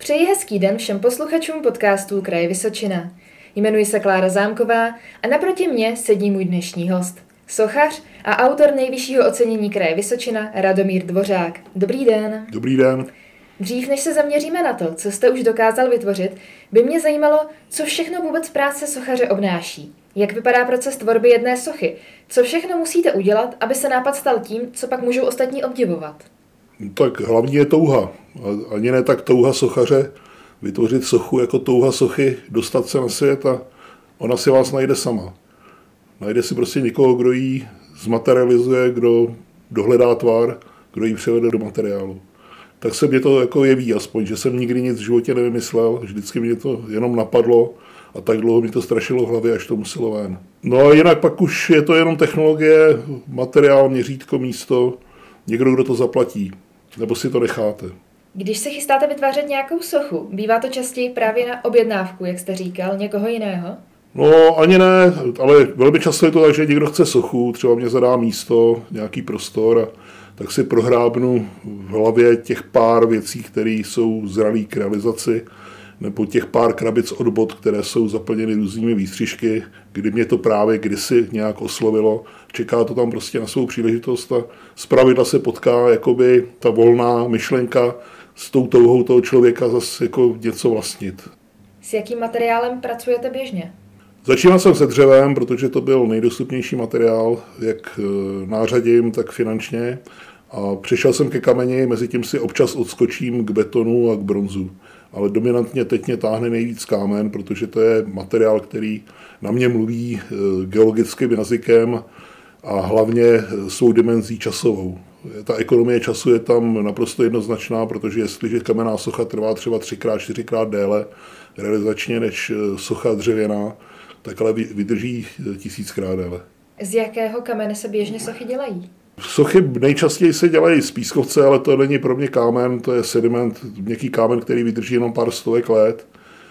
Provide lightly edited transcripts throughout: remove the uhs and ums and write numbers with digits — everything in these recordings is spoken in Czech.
Přeji hezký den všem posluchačům podcastu Kraje Vysočina. Jmenuji se Klára Zámková a naproti mně sedí můj dnešní host, sochař a autor nejvyššího ocenění Kraje Vysočina Radomír Dvořák. Dobrý den. Dobrý den. Dřív než se zaměříme na to, co jste už dokázal vytvořit, by mě zajímalo, co všechno vůbec práce sochaře obnáší. Jak vypadá proces tvorby jedné sochy? Co všechno musíte udělat, aby se nápad stal tím, co pak můžou ostatní obdivovat? Tak hlavní je touha. Ani ne tak touha sochaře vytvořit sochu jako touha sochy, dostat se na svět a ona si vás najde sama. Najde si prostě někoho, kdo ji zmaterializuje, kdo dohledá tvar, kdo ji převede do materiálu. Tak se mě to jako jeví aspoň, že jsem nikdy nic v životě nevymyslel, vždycky mě to jenom napadlo a tak dlouho mi to strašilo v hlavě, až to muselo ven. No a jinak pak už je to jenom technologie, materiál, měřítko, místo, někdo, kdo to zaplatí, nebo si to necháte. Když se chystáte vytvářet nějakou sochu, bývá to častěji právě na objednávku, jak jste říkal, někoho jiného? No ani ne, ale velmi často je to tak, že někdo chce sochu, třeba mě zadá místo, nějaký prostor a tak si prohrábnu v hlavě těch pár věcí, které jsou zralý k realizaci, nebo těch pár krabic od bod, které jsou zaplněny různými výstřižky, kdy mě to právě kdysi nějak oslovilo. Čeká to tam prostě na svou příležitost a zpravidla se potká jakoby ta volná myšlenka s tou touhou toho člověka zase jako něco vlastnit. S jakým materiálem pracujete běžně? Začínal jsem se dřevem, protože to byl nejdostupnější materiál, jak nářadím, tak finančně. A přešel jsem ke kameni, mezi tím si občas odskočím k betonu a k bronzu. Ale dominantně teď mě táhne nejvíc kámen, protože to je materiál, který na mě mluví geologickým jazykem a hlavně svou dimenzí časovou. Ta ekonomie času je tam naprosto jednoznačná, protože jestliže kamenná socha trvá třeba 3x, 4x déle realizačně než socha dřevěná, tak ale vydrží 1000krát déle. Z jakého kamene se běžně sochy dělají? Sochy nejčastěji se dělají z pískovce, ale to není pro mě kámen, to je sediment, měkký kámen, který vydrží jenom pár stovek let.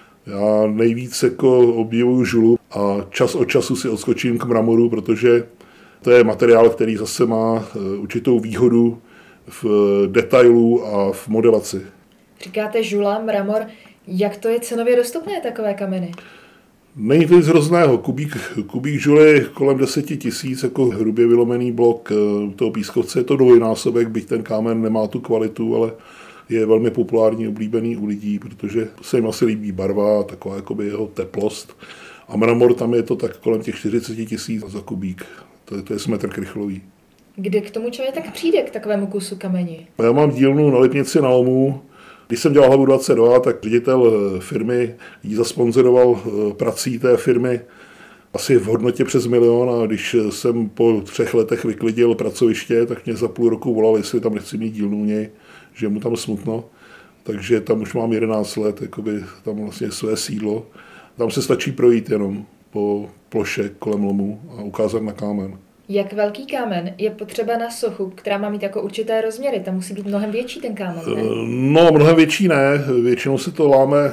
Já nejvíc jako obdivuju žulu a čas od času si odskočím k mramoru, protože to je materiál, který zase má určitou výhodu v detailu a v modelaci. Říkáte žula, mramor, jak to je cenově dostupné takové kameny? Není to nic hrozného. Kubík žuly kolem 10 000, jako hrubě vylomený blok toho pískovce. Je to dvojnásobek, byť ten kámen nemá tu kvalitu, ale je velmi populární, oblíbený u lidí, protože se jim asi líbí barva, taková jakoby jeho teplost. A mramor tam je to tak kolem těch 40 000 za kubík. To je metr krychlový. Kdy k tomu člověk tak přijde, k takovému kusu kameni? Já mám dílnu na Lipnici na Lomu. Když jsem dělal Hlavu 22, tak ředitel firmy ji zasponzoroval prací té firmy asi v hodnotě přes 1 000 000 a když jsem po 3 letech vyklidil pracoviště, tak mě za půl roku volal, jestli tam nechci mít dílnu u něj, že mu tam smutno. Takže tam už mám 11 let, jakoby tam vlastně své sídlo. Tam se stačí projít jenom po ploše kolem lomu a ukázat na kámen. Jak velký kámen je potřeba na sochu, která má mít jako určité rozměry? Tam musí být mnohem větší ten kámen, ne? No, mnohem větší ne. Většinou se to láme,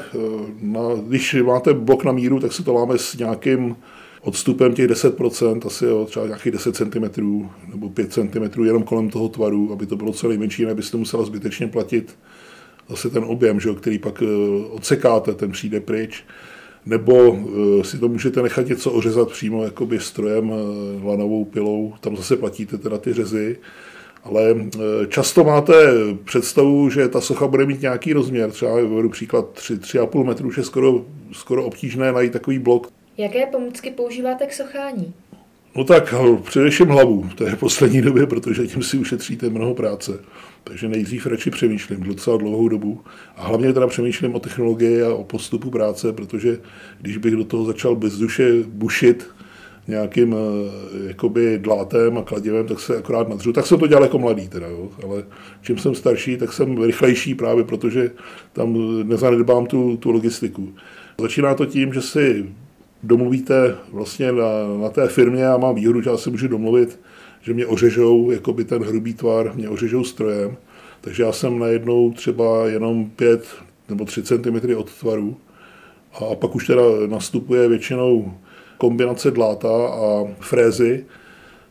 když máte blok na míru, tak se to láme s nějakým odstupem těch 10%, asi třeba nějakých 10 cm nebo 5 cm jenom kolem toho tvaru, aby to bylo co nejmenší, jinak byste musela zbytečně platit zase ten objem, že, který pak odsekáte, ten přijde pryč. Nebo si to můžete nechat něco ořezat přímo jakoby strojem, lanovou pilou, tam zase platíte teda ty řezy, ale často máte představu, že ta socha bude mít nějaký rozměr, třeba vedu příklad 3,5 metru, už je skoro obtížné najít takový blok. Jaké pomůcky používáte k sochání? No tak především hlavu, to je v poslední době, protože tím si ušetříte mnoho práce. Takže nejdřív radši přemýšlím docela dlouhou dobu a hlavně teda přemýšlím o technologii a o postupu práce, protože když bych do toho začal bez duše bušit nějakým jakoby dlátem a kladivem, tak se akorát nadřu. Tak jsem to dělal jako mladý teda, jo. Ale čím jsem starší, tak jsem rychlejší právě, protože tam nezanedbám tu logistiku. Začíná to tím, že si domluvíte vlastně na té firmě a mám výhodu, že já si můžu domluvit, že mě ořežou, jakoby ten hrubý tvar, mě ořežou strojem, takže já jsem najednou třeba jenom 5 nebo 3 cm od tvaru a pak už teda nastupuje většinou kombinace dláta a frézy,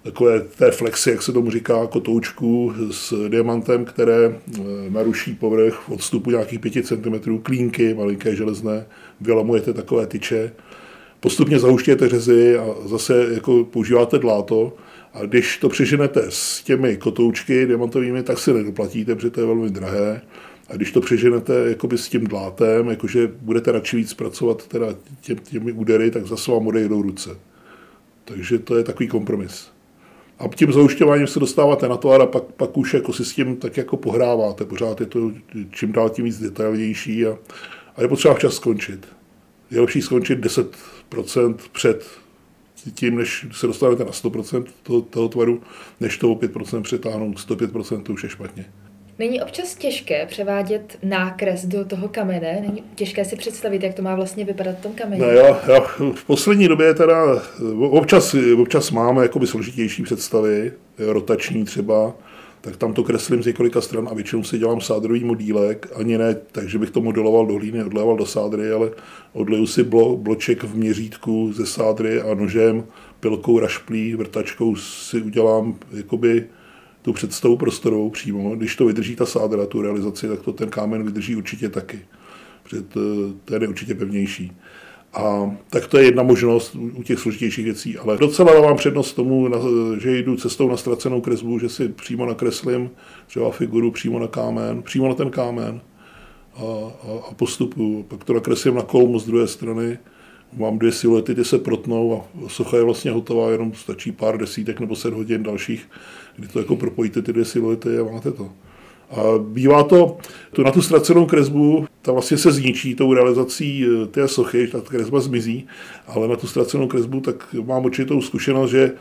takové té flexy, jak se tomu říká, kotoučku s diamantem, které naruší povrch v odstupu nějakých 5 cm, klínky, malinké železné, vylamujete takové tyče, postupně zahuštějete řezy a zase jako používáte dláto. A když to přeženete s těmi kotoučky diamantovými, tak si nedoplatíte, protože to je velmi drahé. A když to přeženete jakoby s tím dlátem, jakože budete radši víc pracovat teda těmi údery, tak zase vám odejdou ruce. Takže to je takový kompromis. A tím zahušťováním se dostáváte na tvar a pak už jako si s tím tak jako pohráváte. Pořád je to čím dál tím víc detailnější a je potřeba včas skončit. Je lepší skončit 10% před tím, než se dostanete na 100% toho tvaru, než to o 5% přetáhnout. 105% to už je špatně. Není občas těžké převádět nákres do toho kamene? Není těžké si představit, jak to má vlastně vypadat v tom kameni? No já v poslední době teda občas máme jakoby složitější představy, rotační třeba, tak tam to kreslím z několika stran a většinou si dělám sádrový modílek, ani ne takže bych to modeloval do hlíny, odléval do sádry, ale odleju si bloček v měřítku ze sádry a nožem, pilkou, rašplí, vrtačkou si udělám jakoby tu představu prostorovou přímo. Když to vydrží ta sádra, tu realizaci, tak to ten kámen vydrží určitě taky. Protože ten je určitě pevnější. A tak to je jedna možnost u těch složitějších věcí, ale docela dávám přednost tomu, že jdu cestou na ztracenou kresbu, že si přímo nakreslím třeba figuru přímo na kámen, přímo na ten kámen a postupuju. Pak to nakreslím na kolmo z druhé strany, mám 2 siluety, ty se protnou a socha je vlastně hotová, jenom stačí pár desítek nebo 7 hodin dalších, kdy to jako propojíte ty 2 siluety a máte to. A bývá to na tu ztracenou kresbu, ta vlastně se zničí tou realizací té sochy, ta kresba zmizí, ale na tu ztracenou kresbu tak mám určitou zkušenost, že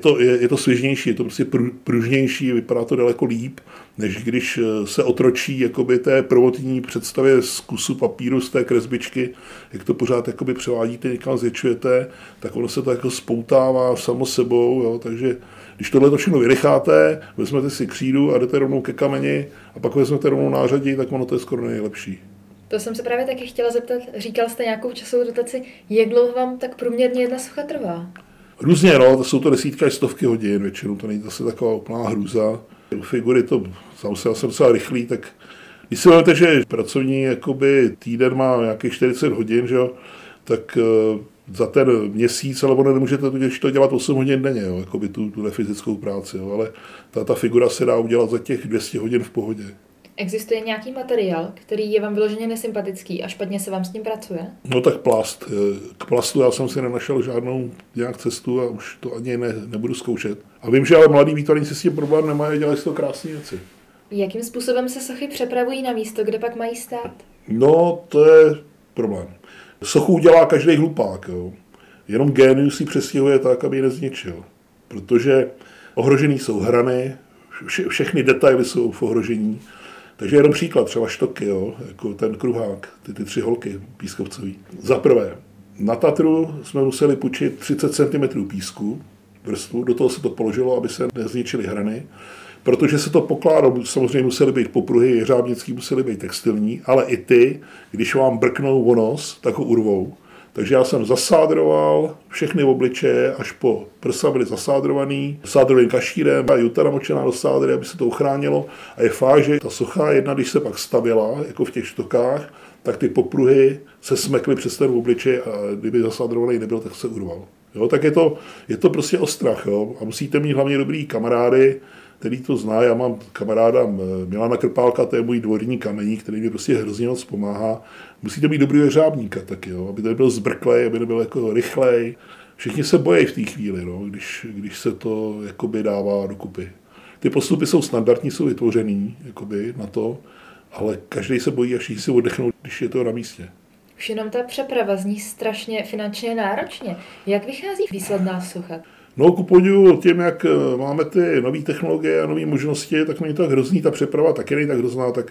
je to svěžnější, je to prostě pružnější, vypadá to daleko líp, než když se otročí jakoby té prvotní představě z kusu papíru, z té kresbičky, jak to pořád jakoby převádíte, někam zvětšujete, tak ono se to jako spoutává samo sebou, jo, takže když tohle všechno vyrycháte, vezmete si křídu a jdete rovnou ke kameni a pak vezmete rovnou nářadí, tak ono to je skoro nejlepší. To jsem se právě taky chtěla zeptat. Říkal jste nějakou časovou dotaci, jak dlouho vám tak průměrně jedna socha trvá? Různě, no, to jsou to desítky až stovky hodin, většinou to není zase taková úplná hrůza. U figury to, já jsem docela rychlý, tak když si vezmete, že pracovní jakoby, týden má nějakých 40 hodin, že jo, tak za ten měsíc, ale ono nemůžete to dělat 8 hodin denně, jo, jakoby tu fyzickou práci, jo, ale ta figura se dá udělat za těch 200 hodin v pohodě. Existuje nějaký materiál, který je vám vyloženě nesympatický a špatně se vám s ním pracuje? No tak plast. K plastu já jsem si nenašel žádnou nějak cestu a už to ani nebudu zkoušet. A vím, že ale mladí výtvarníci s tím problém nemají, dělají si to krásné věci. Jakým způsobem se sochy přepravují na místo, kde pak mají stát? No, to je problém. Sochu udělá každý hlupák, jo. Jenom génius si přestěhuje tak, aby ji nezničil. Protože ohrožený jsou hrany, všechny detaily jsou v ohrožení. Takže jenom příklad, třeba štoky, jo, jako ten kruhák, ty 3 holky pískovcový. Za prvé, na Tatru jsme museli půjčit 30 cm písku, vrstvu, do toho se to položilo, aby se nezničily hrany, protože se to pokládalo, samozřejmě musely být popruhy, jeřábnický musely být textilní, ale i ty, když vám brknou o nos, tak ho urvou. Takže já jsem zasádroval všechny obličeje, až po prsa byly zasádrovaný, sádrovým kašírem a juta namočená do sádry, aby se to uchránilo. A je fakt, že ta socha jedna, když se pak stavěla, jako v těch štokách, tak ty popruhy se smekly přes ten obličej a kdyby zasádrovaný nebyl, tak se urval. Jo, tak je to prostě ostrach. Jo? A musíte mít hlavně dobrý kamarády, který to zná. Já mám kamaráda Milana Krpálka, to je můj dvorní kameník, který mi prostě hrozně moc pomáhá. Musíte mít dobrý jeřábníka taky, jo? Aby to nebyl zbrklej, aby nebyl jako rychlej. Všichni se bojí v té chvíli, no? Když se to jakoby dává dokupy. Ty postupy jsou standardní, jsou vytvořený jakoby, na to, ale každý se bojí a všichni si oddechnou, když je to na místě. Už jenom ta přeprava zní strašně finančně náročně. Jak vychází výsledná socha? No, ku podivu tím, jak máme ty nové technologie a nové možnosti, tak není to tak hrozný, ta přeprava taky není tak hrozná, tak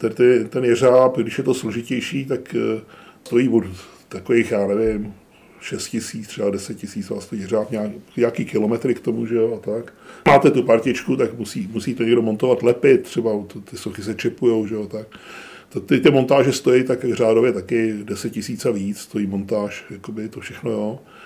ten jeřáb, když je to složitější, tak stojí od takových, já nevím, 6 000, třeba 10 000 vás stojí jeřáb, nějaký kilometry k tomu, že jo, a tak. Máte tu partičku, tak musí to někdo montovat, lepit, třeba ty sochy se čepujou, že jo, tak. Ty montáže stojí tak řádově taky 10 000 a víc, stojí montáž, jakoby to všechno, jo.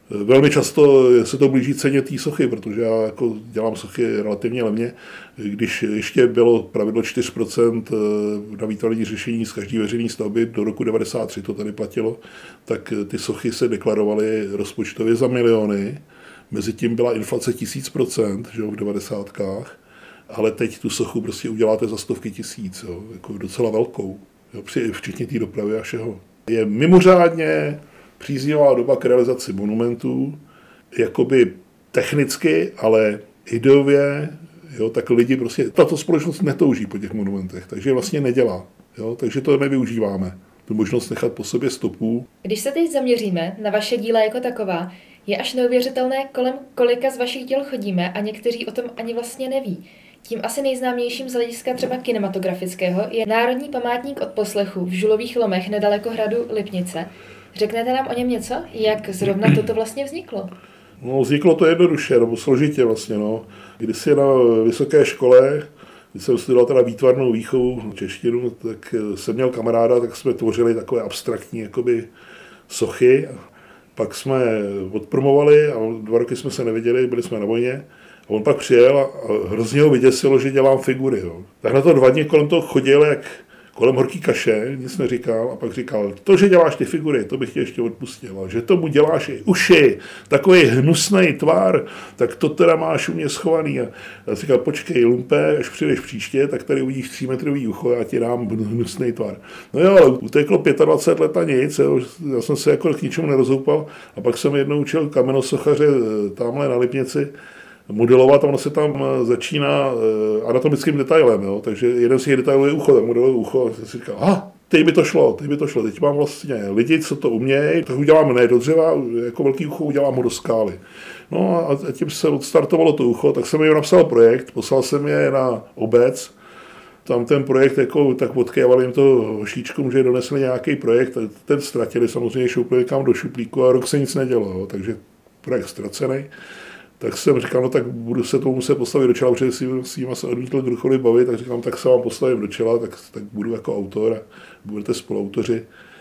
Velmi často se to blíží ceně té sochy, protože já jako dělám sochy relativně levně. Když ještě bylo pravidlo 4% na výtvarné řešení z každé veřejné stavby do roku 1993, to tady platilo, tak ty sochy se deklarovaly rozpočtově za miliony. Mezitím byla inflace 1000%, že jo, v 90kách, ale teď tu sochu prostě uděláte za stovky tisíc, jo, jako docela velkou, jo, včetně té dopravy a všeho. Je mimořádně příznivá doba k realizaci monumentů, jakoby technicky, ale ideově, jo, tak lidi prostě, tato společnost netouží po těch monumentech, takže je vlastně nedělá, jo, takže to nevyužíváme, tu možnost nechat po sobě stopu. Když se teď zaměříme na vaše díla jako taková, je až neuvěřitelné, kolika z vašich děl chodíme a někteří o tom ani vlastně neví. Tím asi nejznámějším z hlediska třeba kinematografického je Národní památník odposlechu v Žulových Lomech nedaleko hradu Lipnice. Řeknete nám o něm něco? Jak zrovna toto vlastně vzniklo? No, vzniklo to jednoduše, nebo složitě vlastně. No. Kdysi na vysoké škole, když jsem studoval teda výtvarnou výchovu, češtinu, tak jsem měl kamaráda, tak jsme tvořili takové abstraktní jakoby sochy. Pak jsme odpromovali a 2 roky jsme se neviděli, byli jsme na vojně. A on pak přijel a hrozně ho vyděsilo, že dělám figury. Jo. Tak na to 2 dny kolem toho chodil jak kolem horký kaše, nic neříkal a pak říkal, to, že děláš ty figury, to bych tě ještě odpustil, že tomu děláš i uši, takový hnusný tvar, tak to teda máš u mě schovaný. A já říkal, počkej, lumpe, až přijdeš příště, tak tady uvidíš 3metrový ucho, já ti dám hnusný tvar. No jo, ale uteklo 25 let a nic, jo. Já jsem se jako k ničemu nerozoupal a pak jsem jednou učil kamenosochaře tamhle na Lipnici modelovat a ono se tam začíná anatomickým detailem, jo? Takže jeden z těch detailů je ucho, tak modeluje ucho a si říká, teď by to šlo, teď mám vlastně lidi, co to umějí, tak udělám ne do dřeva, jako velký ucho udělám ho do skály. No a tím se odstartovalo to ucho, tak jsem jim napsal projekt, poslal jsem je na obec, tam ten projekt, jako, tak odkývali jim to hošíčkům, že donesli nějaký projekt, ten ztratili, samozřejmě šoupili kam do šuplíku a rok se nic nedělo, jo? Takže projekt ztracený. Tak jsem říkal, no tak budu se tomu muset postavit do čela, protože s nimi se odmítl Druchovi bavit, tak říkám, tak se vám postavím do čela, tak budu jako autor a budete spoluautoři.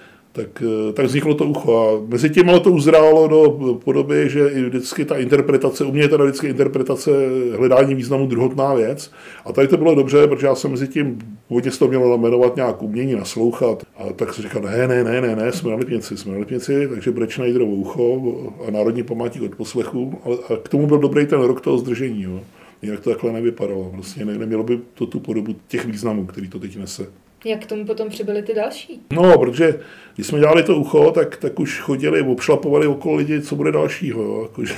Tak vzniklo to ucho a mezi tím ale to uzrálo do podoby, že i vždycky ta interpretace, u mě je teda vždycky interpretace hledání významu druhotná věc a tady to bylo dobře, protože já jsem mezi tím původně se to mělo jmenovat nějak umění, naslouchat a tak jsem říkal, ne, jsme na Lipnici, takže bude Schneiderovo ucho a Národní památník odposlechu a k tomu byl dobrý ten rok toho zdržení, jo. Jinak to takhle nevypadalo, vlastně nemělo by to tu podobu těch významů, který to teď nese. Jak k tomu potom přibyly ty další? No, protože když jsme dělali to ucho, tak už chodili, obšlapovali okolo lidi, co bude dalšího. Jo, jakože,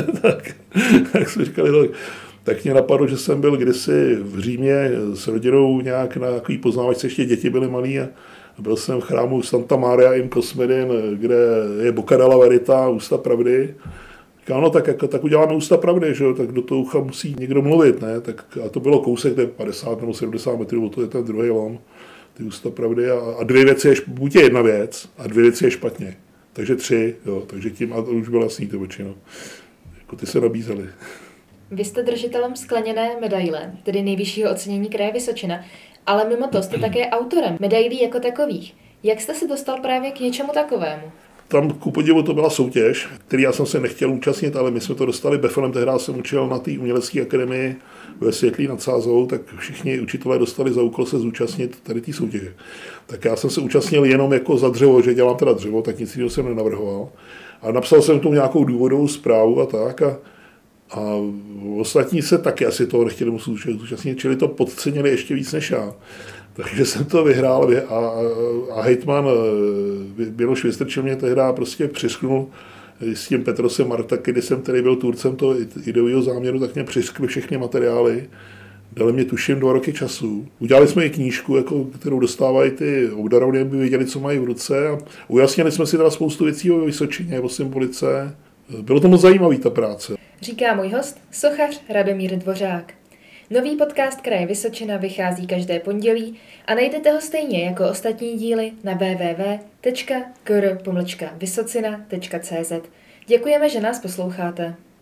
tak jsme říkali, no, tak mě napadlo, že jsem byl kdysi v Římě s rodinou nějak na takový poznávačce, ještě děti byly malí a byl jsem v chrámu Santa Maria in Cosmedin, kde je Bocca della Verita, ústa pravdy. Říkal, no tak uděláme ústa pravdy, že jo, tak do toho ucha musí někdo mluvit, ne? Tak, a to bylo kousek, to je 50 nebo 70 metrů, to je ten druhý lom, ty ústa pravdy a 2 věci je, buď je 1 věc a 2 věci je špatně. Takže 3, jo, takže tím, a to už bylo jasný ty oči, no. Jako ty se nabízely. Vy jste držitelem skleněné medaile, tedy nejvyššího ocenění kraje Vysočina, ale mimo to jste také autorem medailí jako takových. Jak jste se dostal právě k něčemu takovému? Tam ku podivu to byla soutěž, který já jsem se nechtěl účastnit, ale my jsme to dostali Befelem, tehdy jsem učil na té umělecké akademii ve Světlí nad Sázovou, tak všichni učitelé dostali za úkol se zúčastnit tady té soutěže. Tak já jsem se účastnil jenom jako za dřevo, že dělám teda dřevo, tak nic jiného jsem nenavrhoval. A napsal jsem tu nějakou důvodovou zprávu a tak. A ostatní se taky asi toho nechtěli muset zúčastnit, čili to podcenili ještě víc než já. Takže jsem to vyhrál a hejtman Miloš Vystrčil mě tehdy prostě přisknul s tím Petrosem Martaky, kdy jsem tedy byl tvůrcem toho ideového záměru, tak mě přiskli všechny materiály. Dali mě tuším 2 roky času. Udělali jsme i knížku, jako, kterou dostávají ty obdarovny, aby věděli, co mají v ruce. A ujasnili jsme si teda spoustu věcí o Vysočině, o symbolice. Bylo to moc zajímavý, ta práce. Říká můj host, sochař Radomír Dvořák. Nový podcast Kraje Vysočina vychází každé pondělí a najdete ho stejně jako ostatní díly na www.kr-vysocina.cz. Děkujeme, že nás posloucháte.